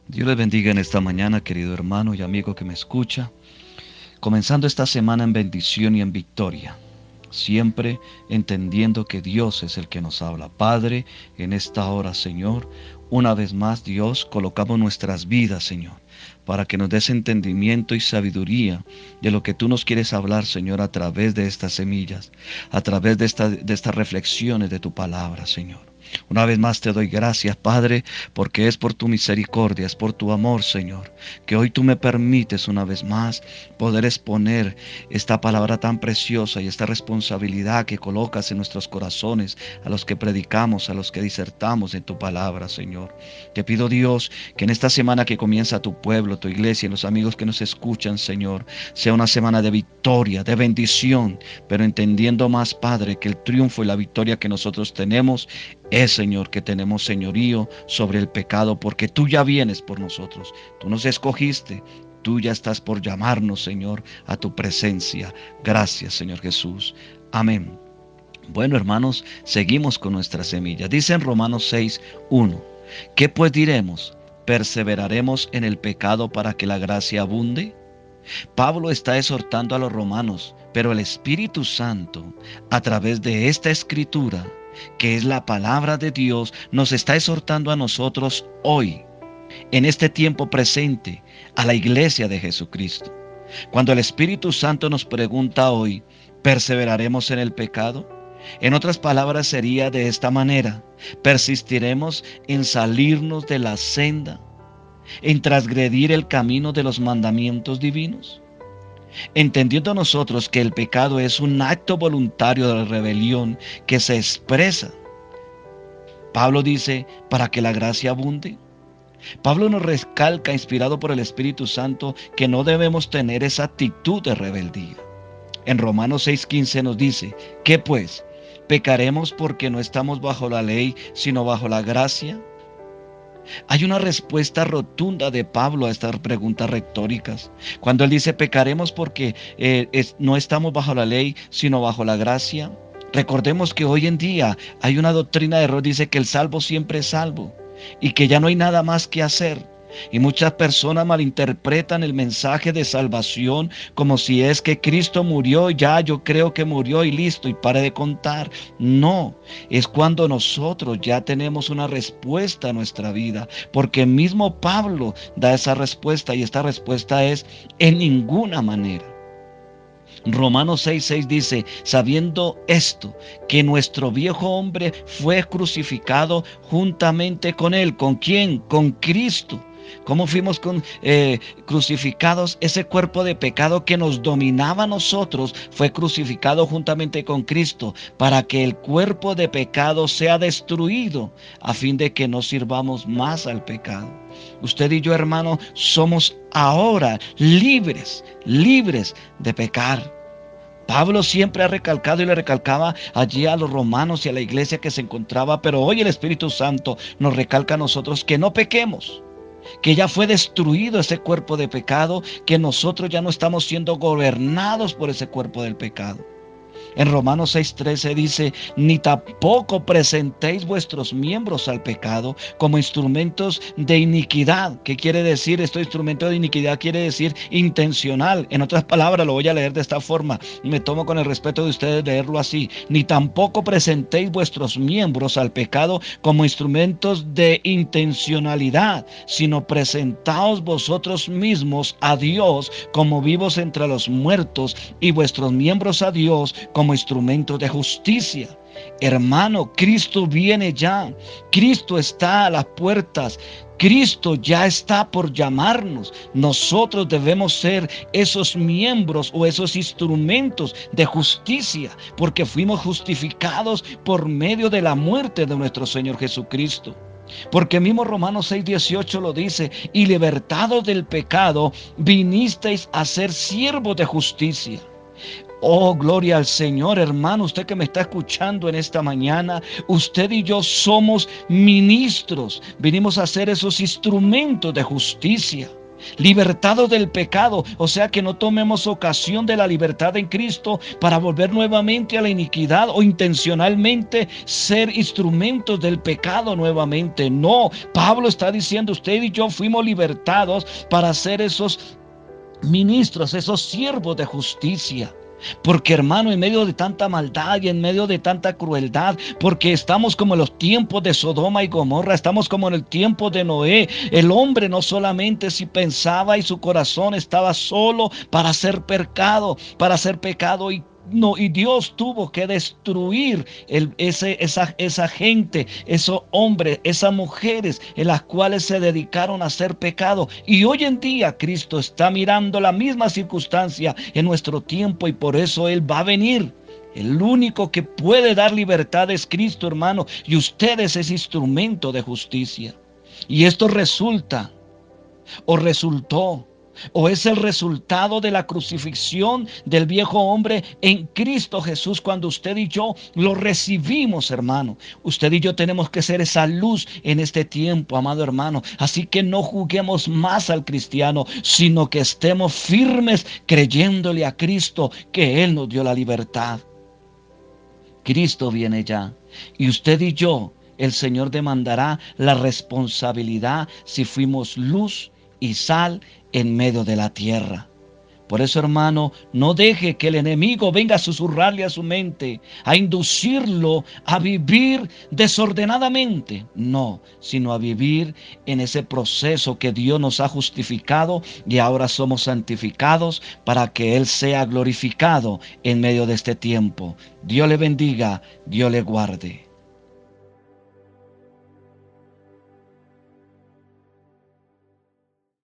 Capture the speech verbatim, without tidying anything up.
Dios les bendiga en esta mañana, querido hermano y amigo que me escucha. Comenzando esta semana en bendición y en victoria. Siempre entendiendo que Dios es el que nos habla. Padre, en esta hora, Señor, una vez más, Dios, colocamos nuestras vidas, Señor, para que nos des entendimiento y sabiduría de lo que tú nos quieres hablar, Señor, a través de estas semillas, a través de, esta, de estas reflexiones de tu palabra, Señor. Una vez más te doy gracias, Padre, porque es por tu misericordia, es por tu amor, Señor, que hoy tú me permites una vez más poder exponer esta palabra tan preciosa y esta responsabilidad que colocas en nuestros corazones, a los que predicamos, a los que disertamos en tu palabra, Señor. Te pido, Dios, que en esta semana que comienza tu pueblo, tu iglesia y los amigos que nos escuchan, Señor, sea una semana de victoria, de bendición, pero entendiendo más, Padre, que el triunfo y la victoria que nosotros tenemos es, Señor, que tenemos señorío sobre el pecado, porque tú ya vienes por nosotros. Tú nos escogiste, tú ya estás por llamarnos, Señor, a tu presencia. Gracias, Señor Jesús. Amén. Bueno, hermanos, seguimos con nuestra semilla. Dice en Romanos seis, uno, ¿qué pues diremos? ¿Perseveraremos en el pecado para que la gracia abunde? Pablo está exhortando a los romanos, pero el Espíritu Santo, a través de esta escritura, que es la palabra de Dios, nos está exhortando a nosotros hoy, en este tiempo presente, a la iglesia de Jesucristo. Cuando el Espíritu Santo nos pregunta hoy, ¿perseveraremos en el pecado? En otras palabras sería de esta manera: ¿persistiremos en salirnos de la senda, en transgredir el camino de los mandamientos divinos? Entendiendo nosotros que el pecado es un acto voluntario de rebelión que se expresa, Pablo dice, para que la gracia abunde. Pablo nos recalca, inspirado por el Espíritu Santo, que no debemos tener esa actitud de rebeldía. En Romanos seis quince nos dice, ¿qué pues? ¿Pecaremos porque no estamos bajo la ley, sino bajo la gracia? Hay una respuesta rotunda de Pablo a estas preguntas retóricas. Cuando él dice, pecaremos porque eh, es, no estamos bajo la ley, sino bajo la gracia. Recordemos que hoy en día hay una doctrina de error, dice que el salvo siempre es salvo y que ya no hay nada más que hacer. Y muchas personas malinterpretan el mensaje de salvación como si es que Cristo murió, ya yo creo que murió y listo, y pare de contar. No, es cuando nosotros ya tenemos una respuesta a nuestra vida, porque mismo Pablo da esa respuesta, y esta respuesta es en ninguna manera. Romanos seis seis dice, sabiendo esto, que nuestro viejo hombre fue crucificado juntamente con él. ¿Con quién? Con Cristo. ¿Cómo fuimos con, eh, crucificados? Ese cuerpo de pecado que nos dominaba a nosotros fue crucificado juntamente con Cristo, para que el cuerpo de pecado sea destruido, a fin de que no sirvamos más al pecado. Usted y yo, hermano, somos ahora libres, libres de pecar. Pablo siempre ha recalcado y le recalcaba allí a los romanos y a la iglesia que se encontraba, pero hoy el Espíritu Santo nos recalca a nosotros que no pequemos, que ya fue destruido ese cuerpo de pecado, que nosotros ya no estamos siendo gobernados por ese cuerpo del pecado. En Romanos seis trece dice, ni tampoco presentéis vuestros miembros al pecado como instrumentos de iniquidad. ¿Qué quiere decir esto? Instrumento de iniquidad quiere decir intencional. En otras palabras, lo voy a leer de esta forma. Me tomo con el respeto de ustedes leerlo así. Ni tampoco presentéis vuestros miembros al pecado como instrumentos de intencionalidad, sino presentaos vosotros mismos a Dios como vivos entre los muertos, y vuestros miembros a Dios como instrumento de justicia. Hermano, Cristo viene ya. Cristo está a las puertas. Cristo ya está por llamarnos. Nosotros debemos ser esos miembros o esos instrumentos de justicia, porque fuimos justificados por medio de la muerte de nuestro Señor Jesucristo. Porque mismo Romanos seis dieciocho lo dice, y libertados del pecado, vinisteis a ser siervos de justicia. Oh, gloria al Señor, hermano, usted que me está escuchando en esta mañana, usted y yo somos ministros, vinimos a ser esos instrumentos de justicia. libertados del pecado, o sea que no tomemos ocasión de la libertad en Cristo para volver nuevamente a la iniquidad o intencionalmente ser instrumentos del pecado nuevamente. No, Pablo está diciendo, usted y yo fuimos libertados para ser esos ministros, esos siervos de justicia. Porque hermano, en medio de tanta maldad y en medio de tanta crueldad, porque estamos como en los tiempos de Sodoma y Gomorra, estamos como en el tiempo de Noé. El hombre no solamente si pensaba y su corazón estaba solo para hacer pecado, para hacer pecado y No, y Dios tuvo que destruir el, ese, esa, esa gente, esos hombres, esas mujeres en las cuales se dedicaron a hacer pecado. Y hoy en día Cristo está mirando la misma circunstancia en nuestro tiempo y por eso Él va a venir. El único que puede dar libertad es Cristo, hermano, y usted es ese instrumento de justicia. Y esto resulta o resultó o es el resultado de la crucifixión del viejo hombre en Cristo Jesús cuando usted y yo lo recibimos, hermano. Usted y yo tenemos que ser esa luz en este tiempo, amado hermano. Así que no juguemos más al cristiano, sino que estemos firmes creyéndole a Cristo que Él nos dio la libertad. Cristo viene ya y usted y yo, el Señor demandará la responsabilidad si fuimos luz y sal en medio de la tierra. Por eso, hermano, no deje que el enemigo venga a susurrarle a su mente, a inducirlo a vivir desordenadamente. No, sino a vivir en ese proceso que Dios nos ha justificado y ahora somos santificados para que Él sea glorificado en medio de este tiempo. Dios le bendiga, Dios le guarde.